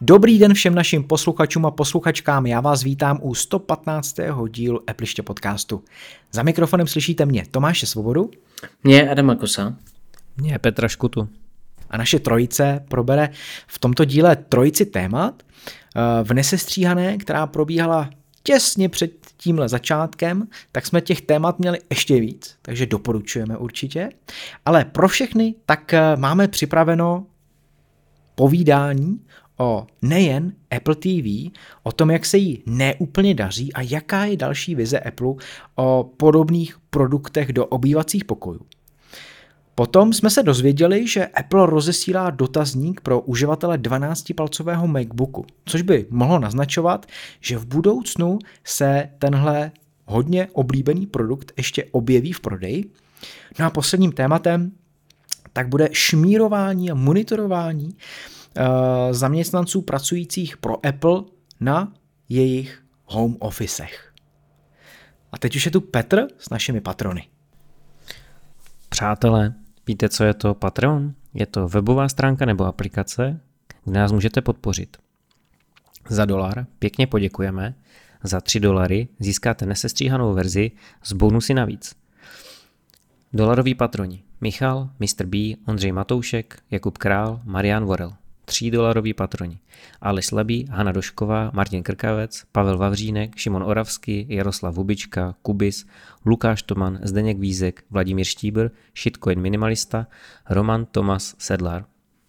Dobrý den všem našim posluchačům a posluchačkám, já vás vítám u 115. dílu Appliště podcastu. Za mikrofonem slyšíte mě Tomáše Svobodu. Mě Adama Kosa. Mě Petra Škutu. A naše trojice probere v tomto díle trojici témat v nesestříhané, která probíhala těsně před tímhle začátkem, tak jsme těch témat měli ještě víc, takže doporučujeme určitě. Ale pro všechny tak máme připraveno povídání o nejen Apple TV, o tom, jak se jí neúplně daří a jaká je další vize Apple o podobných produktech do obývacích pokojů. Potom jsme se dozvěděli, že Apple rozesílá dotazník pro uživatele 12-palcového MacBooku, což by mohlo naznačovat, že v budoucnu se tenhle hodně oblíbený produkt ještě objeví v prodeji. No a posledním tématem tak bude šmírování a monitorování zaměstnanců pracujících pro Apple na jejich home officech. A teď už je tu Petr s našimi patrony. Přátelé, víte, co je to Patreon? Je to webová stránka nebo aplikace, kde nás můžete podpořit. Za $1 pěkně poděkujeme, za $3 získáte nesestříhanou verzi s bonusy navíc. Dolaroví patroni: Michal, Mr. B, Ondřej Matoušek, Jakub Král, Marian Vorel. $3 patroni: Aleš Slabý, Hana Došková, Martin Krkavec, Pavel Vavřínek, Šimon Oravský, Jaroslav Hubička, Kubis, Lukáš Toman, Zdeněk Vízek, Vladimír Štíbr, Shitcoin Minimalista, Roman Tomas Sedlar.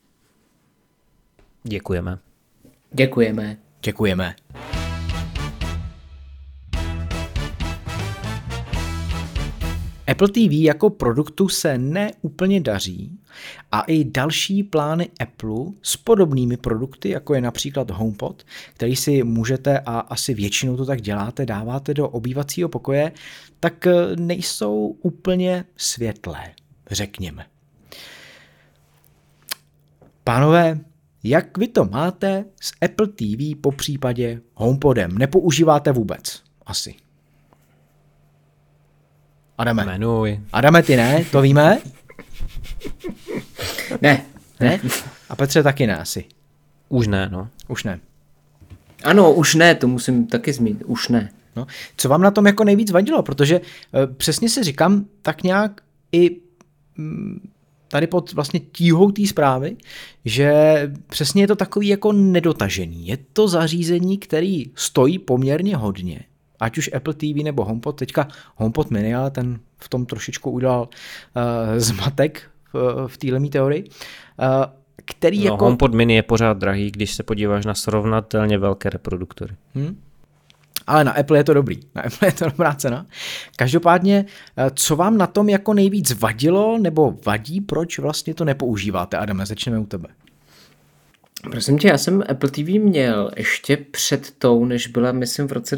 Děkujeme. Děkujeme. Apple TV jako produktu se neúplně daří a i další plány Apple s podobnými produkty, jako je například HomePod, který si můžete, a asi většinou to tak děláte, dáváte do obývacího pokoje, tak nejsou úplně světlé, řekněme. Pánové, jak vy to máte s Apple TV po případě HomePodem? Nepoužíváte vůbec? Asi. Adame. Jmenuj. Adame, ty ne, to víme? Ne. A Petře taky ne asi. Už ne, no. Už ne. Ano, už ne, to musím taky zmínit, už ne. No. Co vám na tom jako nejvíc vadilo? Protože přesně si říkám tak nějak i tady pod vlastně tíhou té zprávy, že přesně je to takový jako nedotažený. Je to zařízení, který stojí poměrně hodně. Ať už Apple TV nebo HomePod, teďka HomePod mini, ale ten v tom trošičku udělal zmatek v téhle mý teorii, který jako... HomePod mini je pořád drahý, když se podíváš na srovnatelně velké reproduktory. Ale na Apple je to dobrý, na Apple je to dobrá cena. Každopádně, co vám na tom jako nejvíc vadilo nebo vadí, proč vlastně to nepoužíváte? Adame, začneme u tebe. Prosím tě, já jsem Apple TV měl ještě před tou, než byla, myslím, v roce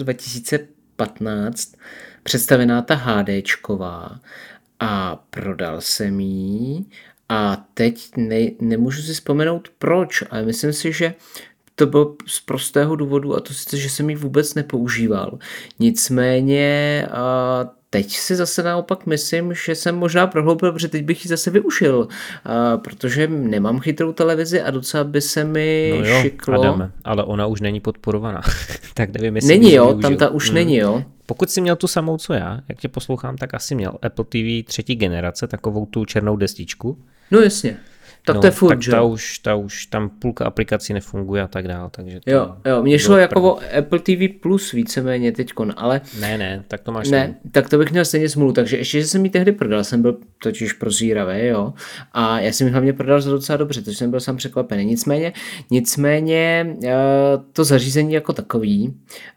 2015 představená ta HDčková a prodal jsem ji a teď nemůžu si vzpomenout proč, ale myslím si, že to bylo z prostého důvodu, a to sice, že jsem ji vůbec nepoužíval. Nicméně teď si zase naopak myslím, že jsem možná prohloupil, protože teď bych ji zase využil, protože nemám chytrou televizi a docela by se mi šiklo. Adame, ale ona už není podporovaná. Tak nevím, jestli není, jo, využil. Tam ta už není, jo. Pokud jsi měl tu samou, co já, jak tě poslouchám, tak asi měl Apple TV 3. generace, takovou tu černou destičku. No jasně. Tak to je furt, tak ta už tam půlka aplikací nefunguje a tak dále, takže to jo, mně šlo jako o Apple TV Plus víceméně teďkon, ale... Ne, tak to máš ne, tak to bych měl stejně smůlu, takže ještě, že jsem ji tehdy prodal, jsem byl totiž prozíravý, jo, a já jsem ji hlavně prodal za docela dobře, takže jsem byl sám překvapený, nicméně to zařízení jako takový,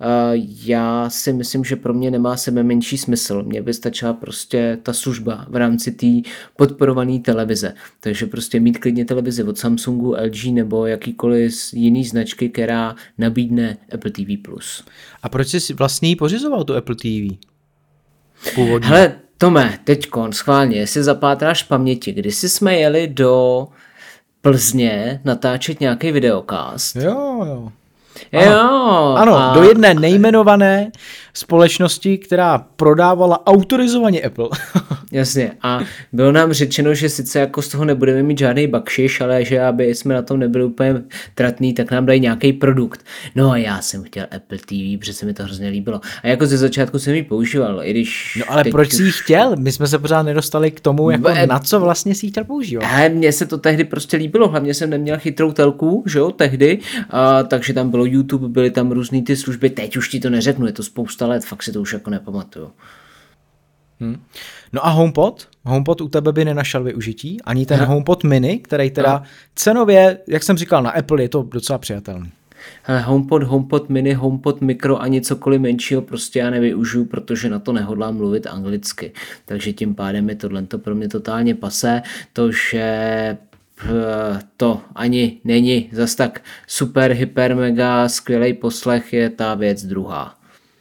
já si myslím, že pro mě nemá sebe menší smysl, mně by stačila prostě ta služba v rámci té podporované televize, takže prostě mít klidně televizi od Samsungu, LG nebo jakýkoliv jiný značky, která nabídne Apple TV+. A proč jsi vlastně jí pořizoval tu Apple TV? Původně. Hele, Tome, teďkon, schválně, jestli zapátráš v paměti, když jsme jeli do Plzně natáčet nějaký videokast. Jo. Ano, do jedné nejmenované společnosti, která prodávala autorizovaně Apple. Jasně. A bylo nám řečeno, že sice jako z toho nebudeme mít žádný bakšiš, ale že aby jsme na tom nebyli úplně tratný, tak nám dají nějaký produkt. No a já jsem chtěl Apple TV, protože se mi to hrozně líbilo. A jako ze začátku jsem ji používal, i když... No ale proč jsi ji chtěl? My jsme se pořád nedostali k tomu, jako na co vlastně si ji chtěl používat. Ale mně se to tehdy prostě líbilo, hlavně jsem neměl chytrou telku, že jo, tehdy, takže tam bylo YouTube, byly tam různý ty služby, teď už ti to neřeknu, je to spousta let, fakt si to už jako nepamatuju. No a HomePod? HomePod u tebe by nenašel využití, ani ten HomePod mini, který teda cenově, jak jsem říkal, na Apple je to docela přijatelný. Hele, HomePod mini, HomePod mikro ani cokoliv menšího prostě já nevyužiju, protože na to nehodlám mluvit anglicky. Takže tím pádem je tohle pro mě totálně pasé. To, že to ani není zas tak super, hyper, mega skvělej poslech, je ta věc druhá.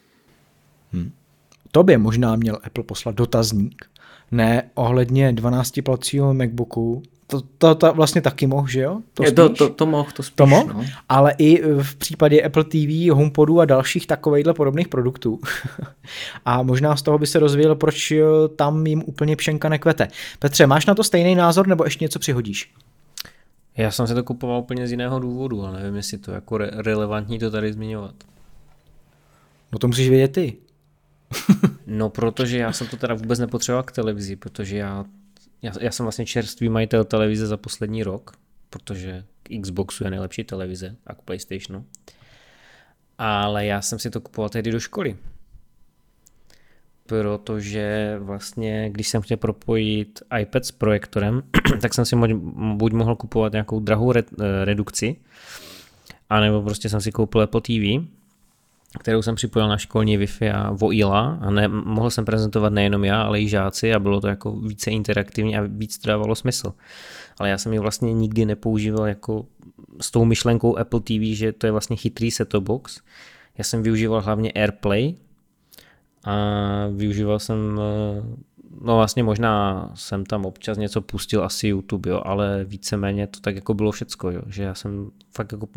Tobě možná měl Apple poslat dotazník, ne ohledně 12-palcího MacBooku. To vlastně taky mohl, že jo? To mohl, to spíš. To mohl, no. Ale i v případě Apple TV, HomePodu a dalších takovejhle podobných produktů. A možná z toho by se rozvíjel, proč tam jim úplně pšenka nekvete. Petře, máš na to stejný názor, nebo ještě něco přihodíš? Já jsem se to kupoval úplně z jiného důvodu, ale nevím, jestli to jako relevantní to tady zmiňovat. No to musíš vědět ty. No, protože já jsem to teda vůbec nepotřeboval k televizi, protože já jsem vlastně čerstvý majitel televize za poslední rok, protože k Xboxu je nejlepší televize a k PlayStationu. Ale já jsem si to kupoval tehdy do školy. Protože vlastně, když jsem chtěl propojit iPad s projektorem, tak jsem si buď mohl kupovat nějakou drahou redukci, anebo prostě jsem si koupil Apple TV, kterou jsem připojil na školní Wi-Fi a vojila a mohl jsem prezentovat nejenom já, ale i žáci a bylo to jako více interaktivní a víc to dávalo smysl. Ale já jsem ji vlastně nikdy nepoužíval jako s tou myšlenkou Apple TV, že to je vlastně chytrý set-top box. Já jsem využíval hlavně AirPlay a využíval jsem, no vlastně možná jsem tam občas něco pustil, asi YouTube, jo, ale víceméně to tak jako bylo všecko, jo, že já jsem fakt jako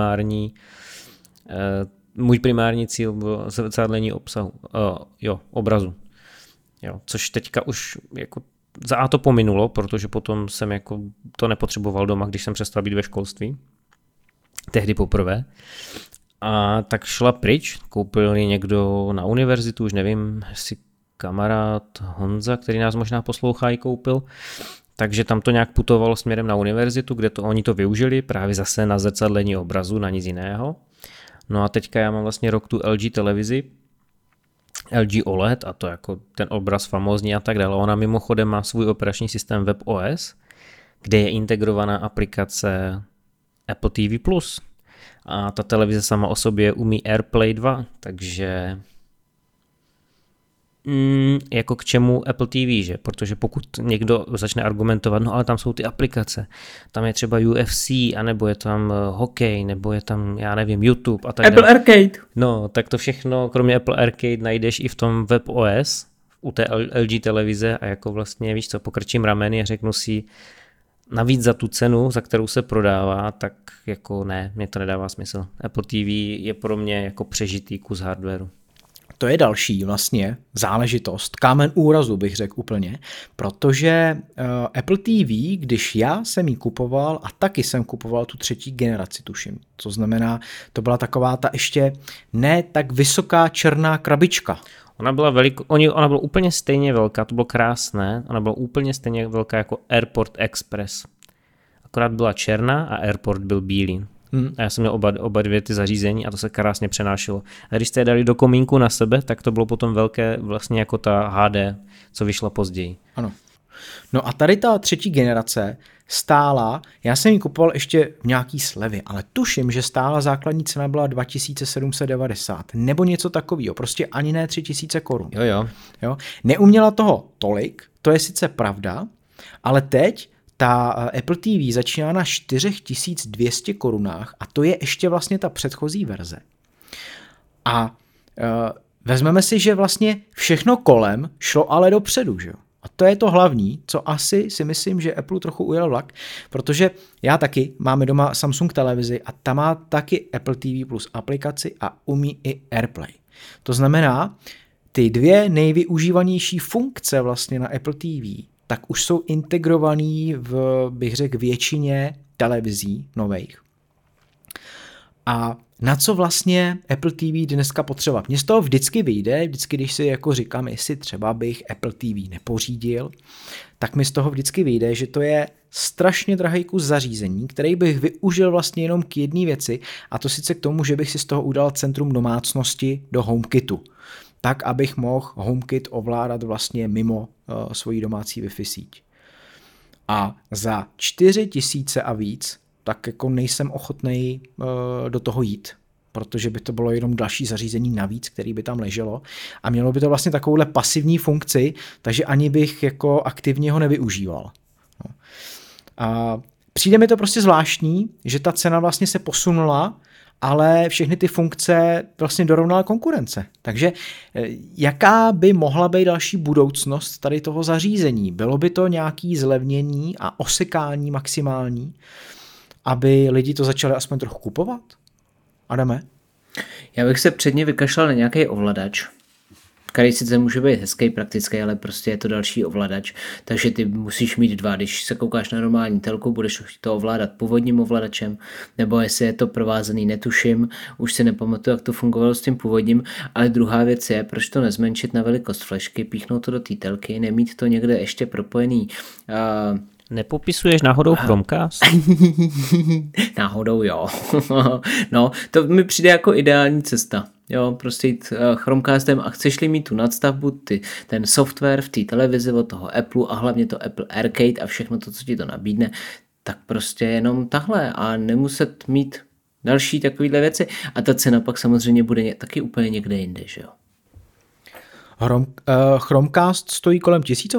můj primární cíl bylo zrcadlení obsahu, obrazu. Jo, což teďka už jako za A to pominulo, protože potom jsem jako to nepotřeboval doma, když jsem přestal být ve školství. Tehdy poprvé. A tak šla pryč, koupil ji někdo na univerzitu, už nevím, jestli kamarád Honza, který nás možná poslouchá, ji koupil. Takže tam to nějak putovalo směrem na univerzitu, kde oni to využili právě zase na zrcadlení obrazu, na nic jiného. No a teďka já mám vlastně rok tu LG televizi, LG OLED a to jako ten obraz famózní a tak dále. Ona mimochodem má svůj operační systém WebOS, kde je integrovaná aplikace Apple TV+. A ta televize sama o sobě umí AirPlay 2, takže jako k čemu Apple TV, že? Protože pokud někdo začne argumentovat, no ale tam jsou ty aplikace, tam je třeba UFC, anebo je tam hokej, nebo je tam, já nevím, YouTube a tak Apple dále. Arcade. No, tak to všechno, kromě Apple Arcade, najdeš i v tom WebOS, u té LG televize a jako vlastně, víš co, pokrčím rameny a řeknu si, navíc za tu cenu, za kterou se prodává, tak jako ne, mě to nedává smysl. Apple TV je pro mě jako přežitý kus hardwareu. To je další vlastně záležitost, kámen úrazu bych řekl úplně, protože Apple TV, když já jsem ji kupoval a taky jsem kupoval tu 3. generaci, tuším, co znamená, to byla taková ta ještě ne tak vysoká černá krabička. Ona byla úplně stejně velká, to bylo krásné, ona byla úplně stejně velká jako Airport Express. Akorát byla černá a Airport byl bílý. A já jsem měl oba dvě ty zařízení a to se krásně přenášelo. A když jste je dali do komínku na sebe, tak to bylo potom velké vlastně jako ta HD, co vyšla později. Ano. No a tady ta 3. generace stála, já jsem ji kupoval ještě v nějaký slevě, ale tuším, že stála základní cena byla 2790 nebo něco takového, prostě ani ne 3000 korun. Jo. Neuměla toho tolik, to je sice pravda, ale teď ta Apple TV začíná na 4200 korunách a to je ještě vlastně ta předchozí verze. A vezmeme si, že vlastně všechno kolem šlo ale dopředu, že jo? A to je to hlavní, co asi si myslím, že Apple trochu ujel vlak, protože já taky máme doma Samsung televizi a ta má taky Apple TV Plus aplikaci a umí i AirPlay. To znamená, ty dvě nejvyužívanější funkce vlastně na Apple TV, tak už jsou integrovaný bych řekl, většině televizí nových. A na co vlastně Apple TV dneska potřeba? Mně z toho vždycky vyjde, když si jako říkám, jestli třeba bych Apple TV nepořídil, tak mi z toho vždycky vyjde, že to je strašně drahý kus zařízení, který bych využil vlastně jenom k jedné věci, a to sice k tomu, že bych si z toho udal centrum domácnosti do HomeKitu. Tak, abych mohl HomeKit ovládat vlastně mimo svoji domácí Wi-Fi síť. A za 4 000 a víc tak jako nejsem ochotnej do toho jít, protože by to bylo jenom další zařízení navíc, který by tam leželo a mělo by to vlastně takovouhle pasivní funkci, takže ani bych jako aktivně ho nevyužíval. No. A přijde mi to prostě zvláštní, že ta cena vlastně se posunula, ale všechny ty funkce vlastně dorovnala konkurence. Takže jaká by mohla být další budoucnost tady toho zařízení? Bylo by to nějaké zlevnění a osekání maximální, aby lidi to začali aspoň trochu kupovat? Adame? Já bych se předně vykašlal na nějaký ovladač, který sice může být hezký, praktický, ale prostě je to další ovladač, takže ty musíš mít dva, když se koukáš na normální telku, budeš to ovládat původním ovladačem, nebo jestli je to provázaný, netuším, už si nepamatuju, jak to fungovalo s tím původním, ale druhá věc je, proč to nezmenšit na velikost flešky, píchnout to do té telky, nemít to někde ještě propojený. Nepopisuješ náhodou Chromecast? Náhodou jo. No, to mi přijde jako ideální cesta. Jo, prostě jít Chromecastem a chceš-li mít tu nadstavbu, ten software v té televizi od toho Apple a hlavně to Apple Arcade a všechno to, co ti to nabídne, tak prostě jenom tahle a nemuset mít další takovýhle věci. A ta cena pak samozřejmě bude taky úplně někde jinde, že jo. Chromecast stojí kolem 1000.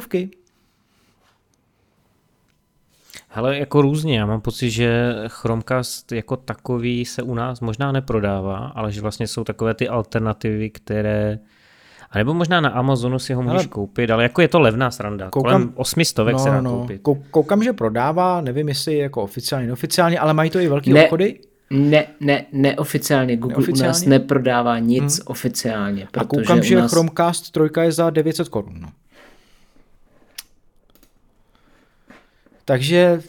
Hele, jako různě, já mám pocit, že Chromecast jako takový se u nás možná neprodává, ale že vlastně jsou takové ty alternativy, které, a nebo možná na Amazonu si ho můžeš koupit, ale jako je to levná sranda, kolem 800 se dá koupit. Koukám, že prodává, nevím, jestli jako oficiálně, neoficiálně, ale mají to i velký obchody. Neoficiálně. Google u nás neprodává nic oficiálně. A koukám, že Chromecast 3 je za 900 Kč. No. Takže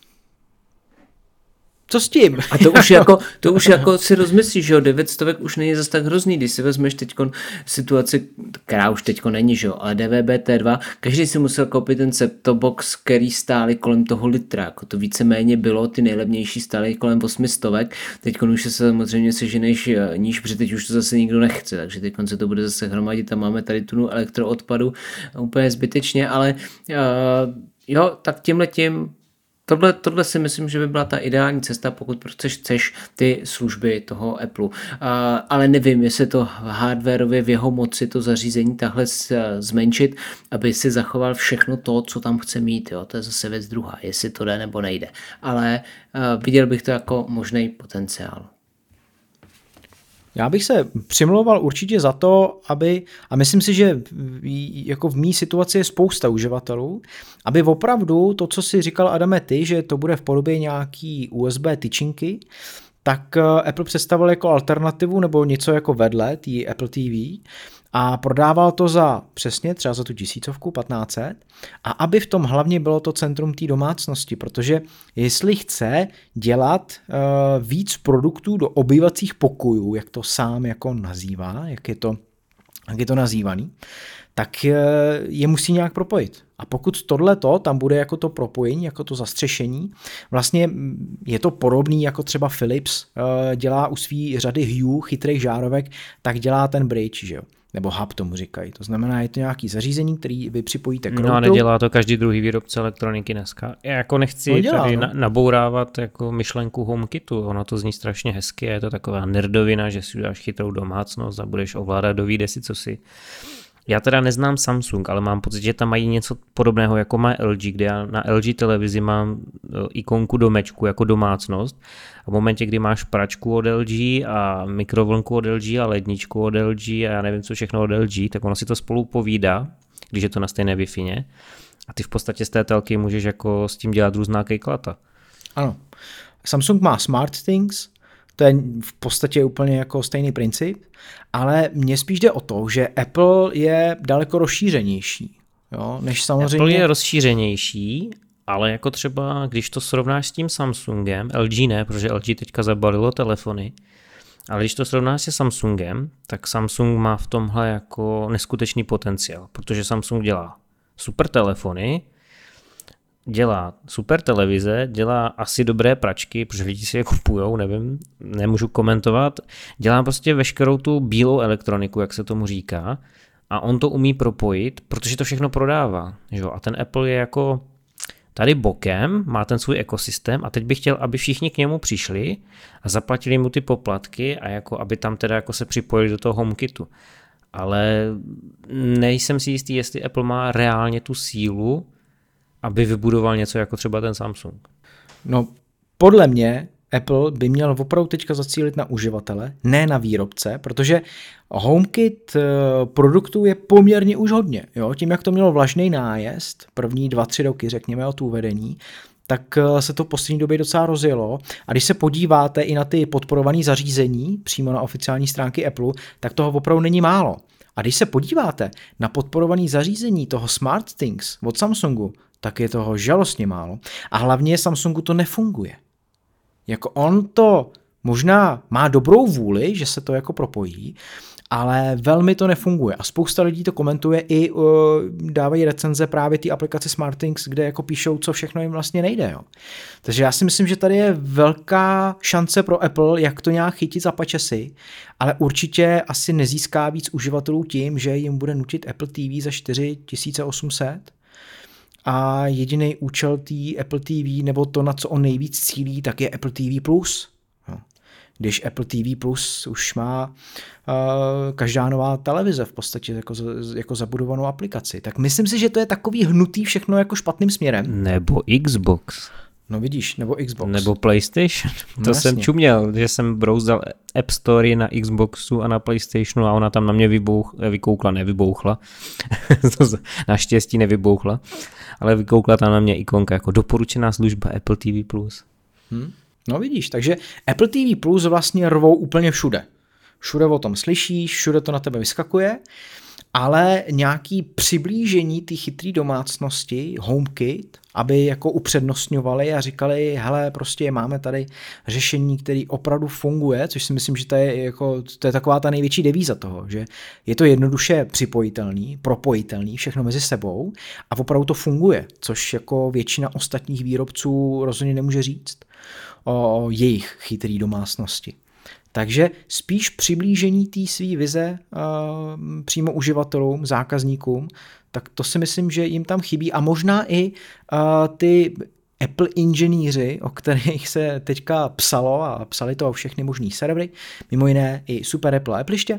co s tím? A to už jako si rozmyslíš, že jo, 900 už není zase tak hrozný, když si vezmeš teďkon situaci, která už teďko není, že jo, ale DVB-T2, každý si musel koupit ten set-top box, který stály kolem toho litra, jako to víceméně bylo, ty nejlevnější stály kolem 800, teďkon už se samozřejmě seženeš níž, protože teď už to zase nikdo nechce, takže teďkon se to bude zase hromadit a máme tady tunu elektroodpadu úplně zbytečně, ale jo, tak tímhletím, tohle si myslím, že by byla ta ideální cesta, pokud chceš ty služby toho Apple. Ale nevím, jestli to hardwareově v jeho moci to zařízení tahle zmenšit, aby si zachoval všechno to, co tam chce mít. Jo? To je zase věc druhá, jestli to jde nebo nejde. Ale viděl bych to jako možný potenciál. Já bych se přimlouval určitě za to, a myslím si, že jako v mý situaci je spousta uživatelů, aby opravdu to, co si říkal Adame ty, že to bude v podobě nějaký USB tyčinky, tak Apple představil jako alternativu nebo něco jako vedle té Apple TV a prodával to za přesně třeba za tu 1000, 1500 a aby v tom hlavně bylo to centrum té domácnosti, protože jestli chce dělat víc produktů do obývacích pokojů, jak to sám jako nazývá, jak je to nazývaný, tak je musí nějak propojit. A pokud tohleto tam bude jako to propojení, jako to zastřešení, vlastně je to podobný jako třeba Philips dělá u svý řady Hue chytrých žárovek, tak dělá ten bridge, že jo? Nebo hub tomu říkají. To znamená, je to nějaký zařízení, který vy připojíte k routeru. No a nedělá to každý druhý výrobce elektroniky dneska. Já jako nechci tady nabourávat jako myšlenku HomeKitu. Ono to zní strašně hezky, je to taková nerdovina, že si uděláš chytrou domácnost a budeš ovládat, dovíde si, co si. Já teda neznám Samsung, ale mám pocit, že tam mají něco podobného, jako má LG, kde já na LG televizi mám ikonku domečku jako domácnost a v momentě, kdy máš pračku od LG a mikrovlnku od LG a ledničku od LG a já nevím, co všechno od LG, tak ono si to spolu povídá, když je to na stejné Wi-Fi a ty v podstatě z té telky můžeš jako s tím dělat různá kejklata. Ano. Samsung má SmartThings, to je v podstatě úplně jako stejný princip, ale mně spíš jde o to, že Apple je daleko rozšířenější, jo, než samozřejmě... Apple je rozšířenější, ale jako třeba, když to srovnáš s tím Samsungem, LG ne, protože LG teďka zabalilo telefony, ale když to srovnáš se Samsungem, tak Samsung má v tomhle jako neskutečný potenciál, protože Samsung dělá super telefony, dělá super televize, dělá asi dobré pračky, protože lidi si je kupujou, nevím, nemůžu komentovat, dělá prostě veškerou tu bílou elektroniku, jak se tomu říká, a on to umí propojit, protože to všechno prodává. Jo? A ten Apple je jako tady bokem, má ten svůj ekosystém a teď bych chtěl, aby všichni k němu přišli a zaplatili mu ty poplatky a jako aby tam teda jako se připojili do toho HomeKitu. Ale nejsem si jistý, jestli Apple má reálně tu sílu, aby vybudoval něco jako třeba ten Samsung. No, podle mě Apple by měl opravdu teďka zacílit na uživatele, ne na výrobce, protože HomeKit produktů je poměrně už hodně. Jo? Tím, jak to mělo vlažný nájezd, první 2-3 roky, řekněme, od uvedení, tak se to v poslední době docela rozjelo. A když se podíváte i na ty podporované zařízení přímo na oficiální stránky Apple, tak toho opravdu není málo. A když se podíváte na podporované zařízení toho SmartThings od Samsungu, tak je toho žalostně málo. A hlavně Samsungu to nefunguje. Jako on to možná má dobrou vůli, že se to jako propojí, ale velmi to nefunguje. A spousta lidí to komentuje i dávají recenze právě té aplikace SmartThings, kde jako píšou, co všechno jim vlastně nejde. Jo. Takže já si myslím, že tady je velká šance pro Apple, jak to nějak chytit za pačesy, ale určitě asi nezíská víc uživatelů tím, že jim bude nutit Apple TV za 4800. A jediný účel té Apple TV, nebo to, na co on nejvíc cílí, tak je Apple TV+. No. Když Apple TV Plus už má každá nová televize v podstatě jako zabudovanou aplikaci. Tak myslím si, že to je takový hnutý všechno jako špatným směrem. Nebo Xbox. No vidíš, nebo Xbox. Nebo PlayStation. To jsem čuměl, že jsem brouzdal App Store na Xboxu a na PlayStationu a ona tam na mě nevybouchla. Naštěstí nevybouchla, ale vykoukla tam na mě ikonka jako doporučená služba Apple TV+. No vidíš, takže Apple TV Plus vlastně rvou úplně všude. Všude o tom slyšíš, všude to na tebe vyskakuje, ale nějaký přiblížení té chytré domácnosti, HomeKit, aby jako upřednostňovali a říkali, hele, prostě máme tady řešení, který opravdu funguje, což si myslím, že to je taková ta největší devíza toho, že je to jednoduše připojitelný, propojitelný, všechno mezi sebou a opravdu to funguje, což jako většina ostatních výrobců rozhodně nemůže říct o jejich chytrý domácnosti. Takže spíš přiblížení té své vize přímo uživatelům, zákazníkům, tak to si myslím, že jim tam chybí a možná i ty Apple inženýři, o kterých se teďka psalo a psali to o všechny možný servery, mimo jiné i Super Apple a Appleiště,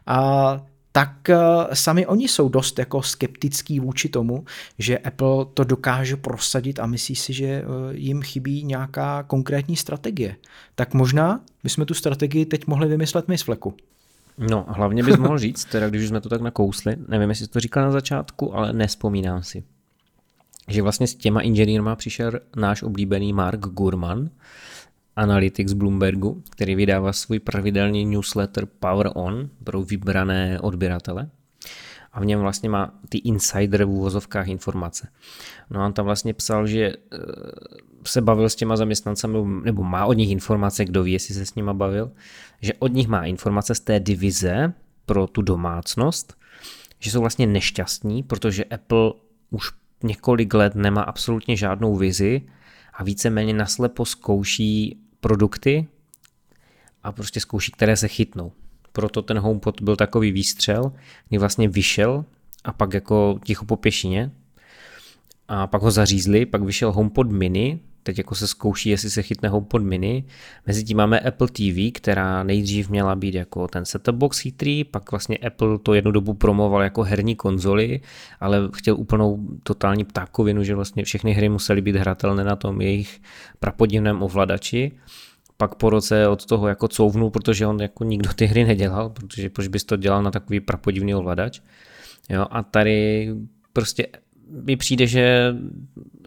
tak sami oni jsou dost jako skeptický vůči tomu, že Apple to dokáže prosadit a myslí si, že jim chybí nějaká konkrétní strategie. Tak možná bychom tu strategii teď mohli vymyslet my z Fleku. No, hlavně bys mohl říct, teda když už jsme to tak nakousli, nevím, jestli jsi to říkal na začátku, ale nespomínám si, že vlastně s těma inženýrma přišel náš oblíbený Mark Gurman, analytik z Bloombergu, který vydává svůj pravidelný newsletter Power On pro vybrané odběratele a v něm vlastně má ty insider v uvozovkách informace. No a on tam vlastně psal, že se bavil s těma zaměstnancemi, nebo má od nich informace, kdo ví, jestli se s nima bavil, že od nich má informace z té divize pro tu domácnost, že jsou vlastně nešťastní, protože Apple už několik let nemá absolutně žádnou vizi a víceméně naslepo zkouší produkty a prostě zkouší, které se chytnou. Proto ten HomePod byl takový výstřel, kdy vlastně vyšel a pak jako ticho po pěšině a pak ho zařízli, pak vyšel HomePod mini, teď jako se zkouší, jestli se chytne HomePod mini. Mezitím máme Apple TV, která nejdřív měla být jako ten set-top box chytrý, pak vlastně Apple to jednu dobu promoval jako herní konzoli, ale chtěl úplnou totální ptákovinu, že vlastně všechny hry musely být hratelné na tom jejich prapodivném ovladači. Pak po roce od toho jako couvnul, protože on jako nikdo ty hry nedělal, protože proč bys to dělal na takový prapodivný ovladač. Jo, a tady prostě mi přijde, že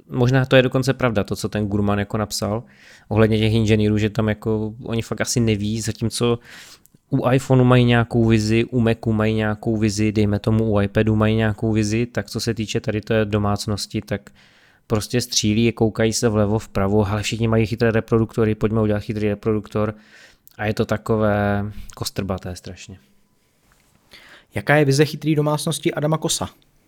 možná to je dokonce pravda, to, co ten Gurman jako napsal, ohledně těch inženýrů, že tam jako oni fakt asi neví, zatímco u iPhoneu mají nějakou vizi, u Macu mají nějakou vizi, dejme tomu u iPadu mají nějakou vizi, tak co se týče tady té domácnosti, tak prostě střílí, koukají se vlevo, vpravo, ale všichni mají chytré reproduktory, pojďme udělat chytrý reproduktor a je to takové kostrbaté strašně. Jaká je vize chytrý domácnosti Adama Kosa?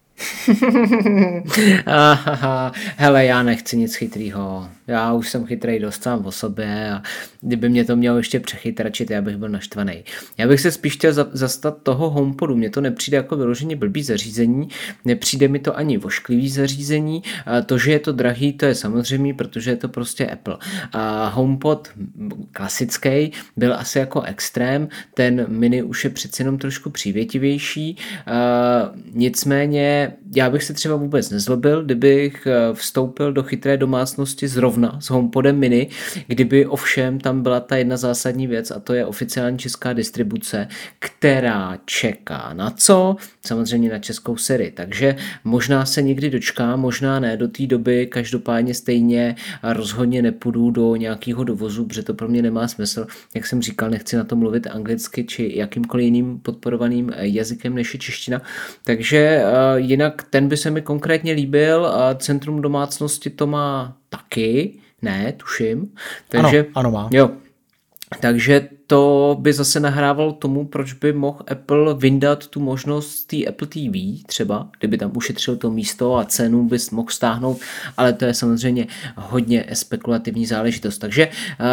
Hele, já nechci nic chytrýho. Já už jsem chytrý dost sám o sobě a kdyby mě to mělo ještě přechytračit, já bych byl naštvaný. Já bych se spíš chtěl zastat toho HomePodu. Mně to nepřijde jako vyloženě blbý zařízení, nepřijde mi to ani vošklivý zařízení. To, že je to drahý, to je samozřejmě, protože je to prostě Apple. A HomePod klasický byl asi jako extrém, ten mini už je přeci jenom trošku přívětivější. Nicméně já bych se třeba vůbec nezlobil, kdybych vstoupil do chytré domácnosti zrovna s HomePodem mini, kdyby ovšem tam byla ta jedna zásadní věc a to je oficiální česká distribuce, která čeká na co? Samozřejmě na českou sérii, takže možná se někdy dočká, možná ne, do té doby každopádně stejně rozhodně nepůjdu do nějakého dovozu, protože to pro mě nemá smysl. Jak jsem říkal, nechci na to mluvit anglicky či jakýmkoliv jiným podporovaným jazykem než je čeština, takže jinak ten by se mi konkrétně líbil a Centrum domácnosti to má taky, ne, tuším. Takže, ano má. Jo, takže to by zase nahrávalo tomu, proč by mohl Apple vyndat tu možnost té Apple TV třeba, kdyby tam ušetřil to místo a cenu bys mohl stáhnout, ale to je samozřejmě hodně spekulativní záležitost. Takže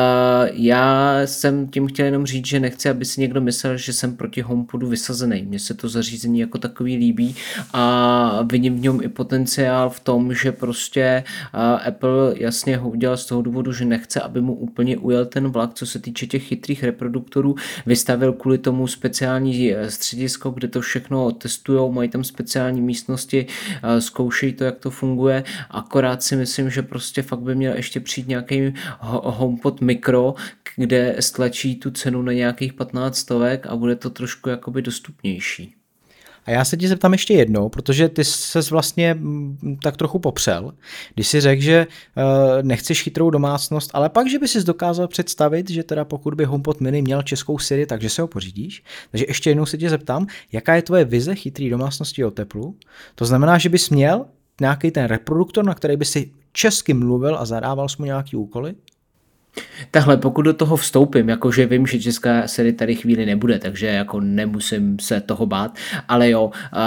já jsem tím chtěl jenom říct, že nechci, aby si někdo myslel, že jsem proti HomePodu vysazený. Mně se to zařízení jako takový líbí a vidím v něm i potenciál v tom, že prostě Apple jasně ho udělal z toho důvodu, že nechce, aby mu úplně ujel ten vlak, co se týče těch chytrých reproduktorů, vystavil kvůli tomu speciální středisko, kde to všechno testujou, mají tam speciální místnosti, zkoušejí to, jak to funguje, akorát si myslím, že prostě fakt by měl ještě přijít nějaký HomePod Micro, kde stlačí tu cenu na nějakých 15 stovek a bude to trošku jakoby dostupnější. A já se ti zeptám ještě jednou, protože ty ses vlastně tak trochu popřel, když si řekl, že nechceš chytrou domácnost, ale pak, že by si dokázal představit, že teda pokud by HomePod mini měl českou Siri, takže se ho pořídíš. Takže ještě jednou se tě zeptám, jaká je tvoje vize chytrý domácnosti od Apple? To znamená, že bys měl nějaký ten reproduktor, na který by si česky mluvil a zadával jsi mu nějaký úkoly? Takhle, pokud do toho vstoupím, jakože vím, že česká série tady chvíli nebude, takže jako nemusím se toho bát, ale jo,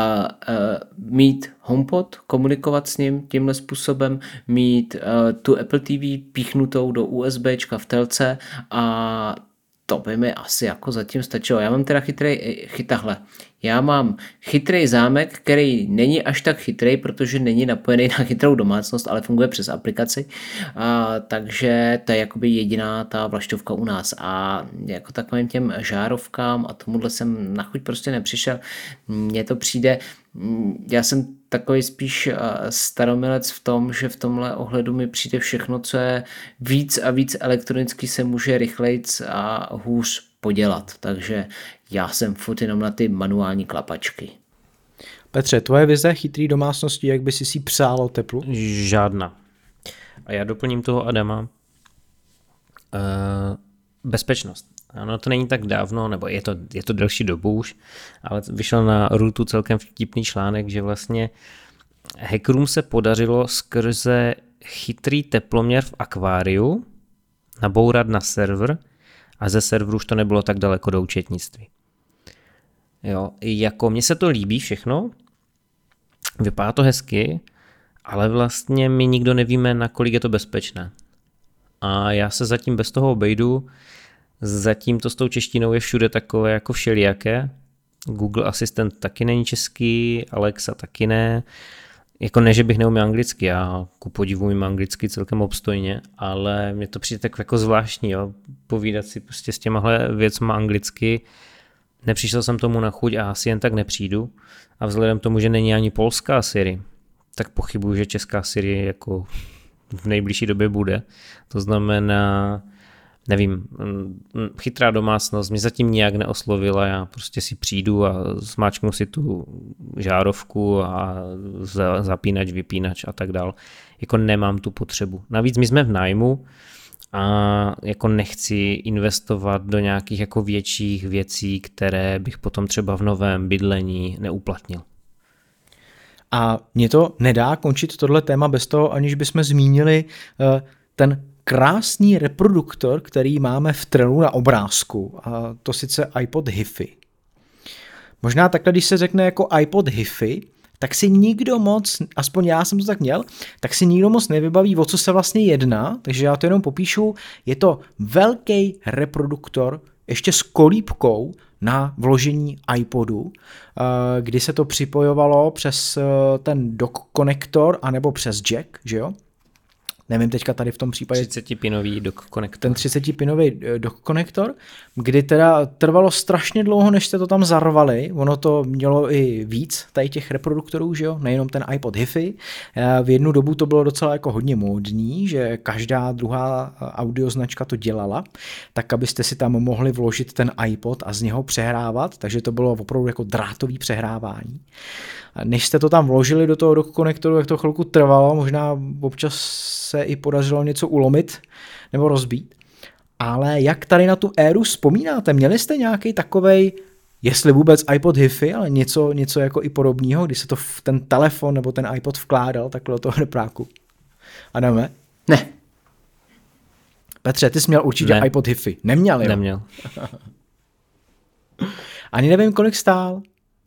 mít HomePod, komunikovat s ním tímhle způsobem, mít tu Apple TV píchnutou do USBčka v telce a to by mi asi jako zatím stačilo. Já mám teda já mám chytrý zámek, který není až tak chytrý, protože není napojený na chytrou domácnost, ale funguje přes aplikaci, takže to je jakoby jediná ta vlaštovka u nás a jako takovým těm žárovkám a tomuhle jsem na chuť prostě nepřišel. Mně to přijde, já jsem takový spíš staromilec v tom, že v tomhle ohledu mi přijde všechno, co je víc a víc elektronicky se může rychlejc a hůř podělat, takže já jsem furt jenom na ty manuální klapačky. Petře, tvoje vize chytrý domácnosti, jak by si přálo teplu? Žádná. A já doplním toho Adama. Bezpečnost. Ano, to není tak dávno, nebo je to delší dobu už, ale vyšel na Rootu celkem vtipný článek, že vlastně hackerům se podařilo skrze chytrý teploměr v akváriu nabourat na server a ze serveru už to nebylo tak daleko do účetnictví. Jo, jako mně se to líbí všechno, vypadá to hezky, ale vlastně my nikdo nevíme, nakolik je to bezpečné. A já se zatím bez toho obejdu, zatím to s tou češtinou je všude takové jako všelijaké. Google Asistent taky není český, Alexa taky ne. Jako ne, že bych neuměl anglicky, já ku podivu umím anglicky celkem obstojně, ale mně to přijde tak jako zvláštní, jo? Povídat si prostě s těmahle věcma anglicky. Nepřišel jsem tomu na chuť a asi jen tak nepřijdu. A vzhledem k tomu, že není ani polská Siri, tak pochybuju, že česká Siri jako v nejbližší době bude. To znamená, nevím, chytrá domácnost mě zatím nijak neoslovila, já prostě si přijdu a zmáčknu si tu žárovku a zapínač, vypínač a tak dál. Jako nemám tu potřebu. Navíc my jsme v nájmu a jako nechci investovat do nějakých jako větších věcí, které bych potom třeba v novém bydlení neuplatnil. A mě to nedá končit tohle téma bez toho, aniž bychom zmínili ten krásný reproduktor, který máme v trenu na obrázku, a to sice iPod HiFi. Možná takhle, když se řekne jako iPod HiFi, tak si nikdo moc, aspoň já jsem to tak měl, tak si nikdo moc nevybaví, o co se vlastně jedná, takže já to jenom popíšu. Je to velký reproduktor, ještě s kolíbkou na vložení iPodu, kdy se to připojovalo přes ten dock konektor anebo přes jack, že jo? Nevím teďka tady v tom případě. 30-pinový dock konektor. Ten 30-pinový dock konektor, kdy teda trvalo strašně dlouho, než jste to tam zarvali. Ono to mělo i víc tady těch reproduktorů, že jo? Nejenom ten iPod HiFi. V jednu dobu to bylo docela jako hodně módní, že každá druhá audioznačka to dělala, tak abyste si tam mohli vložit ten iPod a z něho přehrávat, takže to bylo opravdu jako drátový přehrávání. Než jste to tam vložili do toho dock konektoru, jak to chvilku trvalo, možná občas se i podařilo něco ulomit nebo rozbít. Ale jak tady na tu éru vzpomínáte? Měli jste nějaký takovej, jestli vůbec iPod HiFi, ale něco jako i podobného, kdy se to ten telefon nebo ten iPod vkládal takhle do toho repráku? Adame? Ne. Petře, ty jsi měl určitě iPod HiFi. Neměl, jo? Neměl. Ani nevím, kolik stál.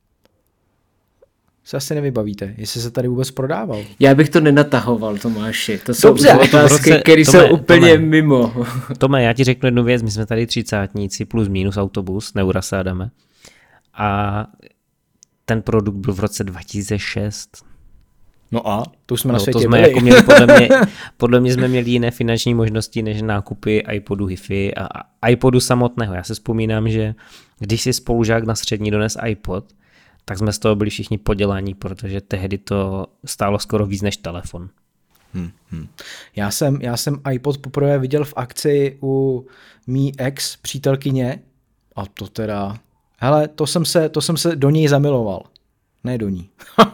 Se asi nevybavíte, jestli se tady vůbec prodával. Já bych to nenatahoval, Tomáši. To jsou Dobře. otázky, které jsou úplně mimo. Tome, já ti řeknu jednu věc, my jsme tady třicátníci plus minus autobus, neuraž se, Adame. A ten produkt byl v roce 2006. No a? To jsme na světě to jsme byli. jako měli, podle mě jsme měli jiné finanční možnosti než nákupy iPodu HiFi a iPodu samotného. Já se vzpomínám, že když si spolužák na střední dones iPod, tak jsme z toho byli všichni podělaní, protože tehdy to stálo skoro víc než telefon. Já jsem iPod poprvé viděl v akci u mý ex přítelkyně a to teda, hele, to jsem se do něj zamiloval. Ne do ní.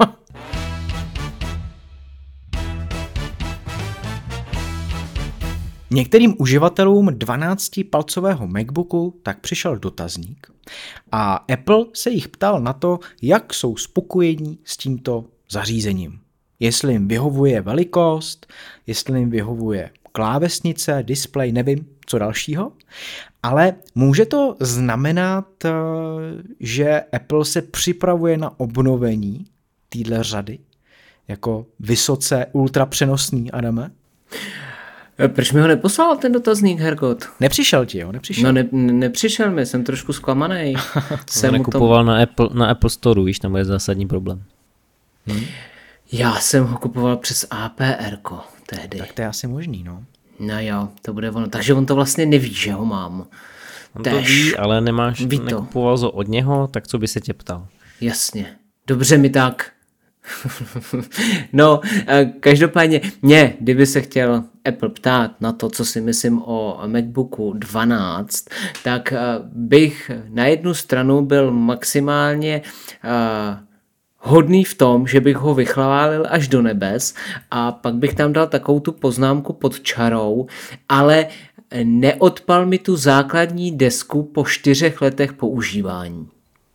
Některým uživatelům 12-palcového MacBooku tak přišel dotazník a Apple se jich ptal na to, jak jsou spokojení s tímto zařízením. Jestli jim vyhovuje velikost, jestli jim vyhovuje klávesnice, displej, nevím, co dalšího, ale může to znamenat, že Apple se připravuje na obnovení téhle řady jako vysoce ultrapřenosný, Adame? Proč mi ho neposlal ten dotazník, Hergot? Nepřišel ti, jo? Nepřišel? No nepřišel mi, jsem trošku zklamanej. Jsem nekupoval na Apple Store, víš, tam je zásadní problém. Já jsem ho kupoval přes APR-ko tehdy. Tak to je asi možný, no. No jo, to bude ono. Takže on to vlastně neví, že ho mám. On to ví, ale nekupoval ho od něho, tak co by se tě ptal? Jasně. Dobře mi tak. No, každopádně kdyby se chtěl Apple ptát na to, co si myslím o MacBooku 12, tak bych na jednu stranu byl maximálně hodný v tom, že bych ho vychválil až do nebes a pak bych tam dal takovou tu poznámku pod čarou, ale neodpal mi tu základní desku po 4 letech používání.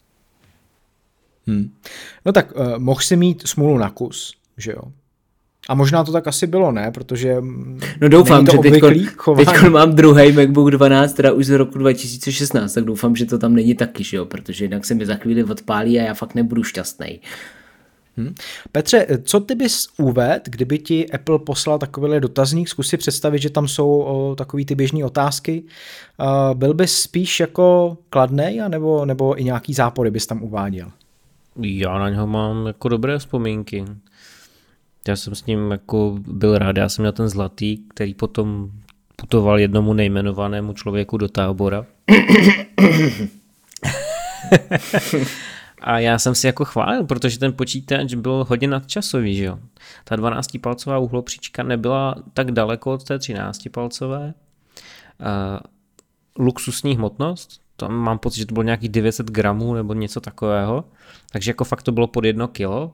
No tak mohl si mít smůlu na kus, že jo? A možná to tak asi bylo, ne? Protože no doufám, že teď mám druhý MacBook 12, teda už z roku 2016, tak doufám, že to tam není taky, že jo? Protože jinak se mi za chvíli odpálí a já fakt nebudu šťastnej. Petře, co ty bys uvedl, kdyby ti Apple poslal takovýhle dotazník? Zkus si představit, že tam jsou takový ty běžné otázky. Byl bys spíš jako kladnej, nebo i nějaký zápory bys tam uváděl? Já na něho mám jako dobré vzpomínky. Já jsem s ním jako byl rád, já jsem měl ten zlatý, který potom putoval jednomu nejmenovanému člověku do tábora. A já jsem si jako chválil, protože ten počítač byl hodně nadčasový, že jo. Ta 12-palcová uhlopříčka nebyla tak daleko od té 13-palcové. luxusní hmotnost, tam mám pocit, že to bylo nějakých 900 gramů nebo něco takového, takže jako fakt to bylo pod 1 kilo.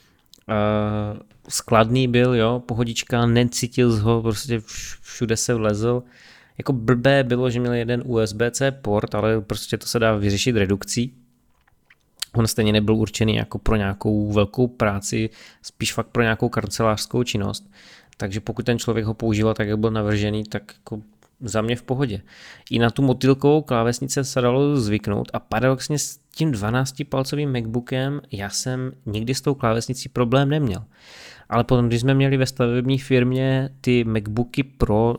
Skladný byl, jo, pohodička, necítil ho, prostě všude se vlezl. Jako blbé bylo, že měl jeden USB-C port, ale prostě to se dá vyřešit redukcí. On stejně nebyl určený jako pro nějakou velkou práci, spíš fakt pro nějakou kancelářskou činnost. Takže pokud ten člověk ho používal tak, jak byl navržený, tak jako za mě v pohodě. I na tu motýlkovou klávesnici se dalo zvyknout a paradoxně s tím 12-palcovým MacBookem já jsem nikdy s tou klávesnicí problém neměl. Ale potom, když jsme měli ve stavební firmě ty MacBooky Pro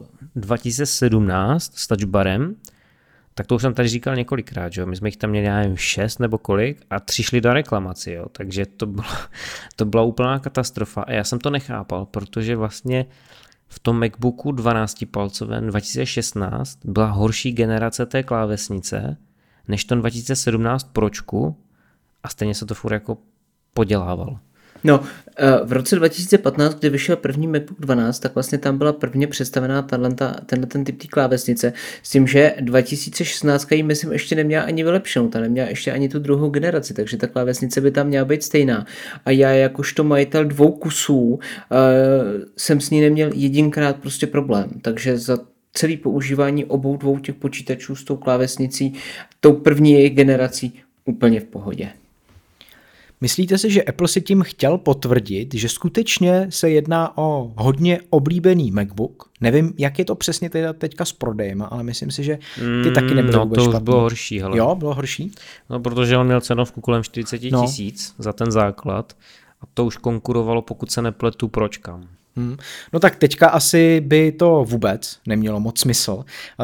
2017 s touchbarem, tak to už jsem tady říkal několikrát, že jo? My jsme jich tam měli, já nevím, 6 nebo kolik a 3 šli do reklamaci, jo? Takže to byla úplná katastrofa a já jsem to nechápal, protože vlastně v tom MacBooku 12-palcovém 2016 byla horší generace té klávesnice než tom 2017 Pročku a stejně se to furt jako podělávalo. No, v roce 2015, kdy vyšel první MacBook 12, tak vlastně tam byla prvně představená ten typ té klávesnice, s tím, že 2016 ji myslím ještě neměla ani vylepšenou, ta neměla ještě ani tu druhou generaci, takže ta klávesnice by tam měla být stejná. A já jakožto majitel 2 kusů jsem s ní neměl jedinkrát prostě problém, takže za celý používání obou 2 těch počítačů s tou klávesnicí, tou první jejich generací úplně v pohodě. Myslíte si, že Apple si tím chtěl potvrdit, že skutečně se jedná o hodně oblíbený MacBook? Nevím, jak je to přesně teďka s prodejem, ale myslím si, že ty taky nebyly vůbec špatný. To bylo horší. Hele. Jo, bylo horší? No, protože on měl cenovku kolem 40 000 za ten základ a to už konkurovalo, pokud se nepletu, Pročkám. No tak teďka asi by to vůbec nemělo moc smysl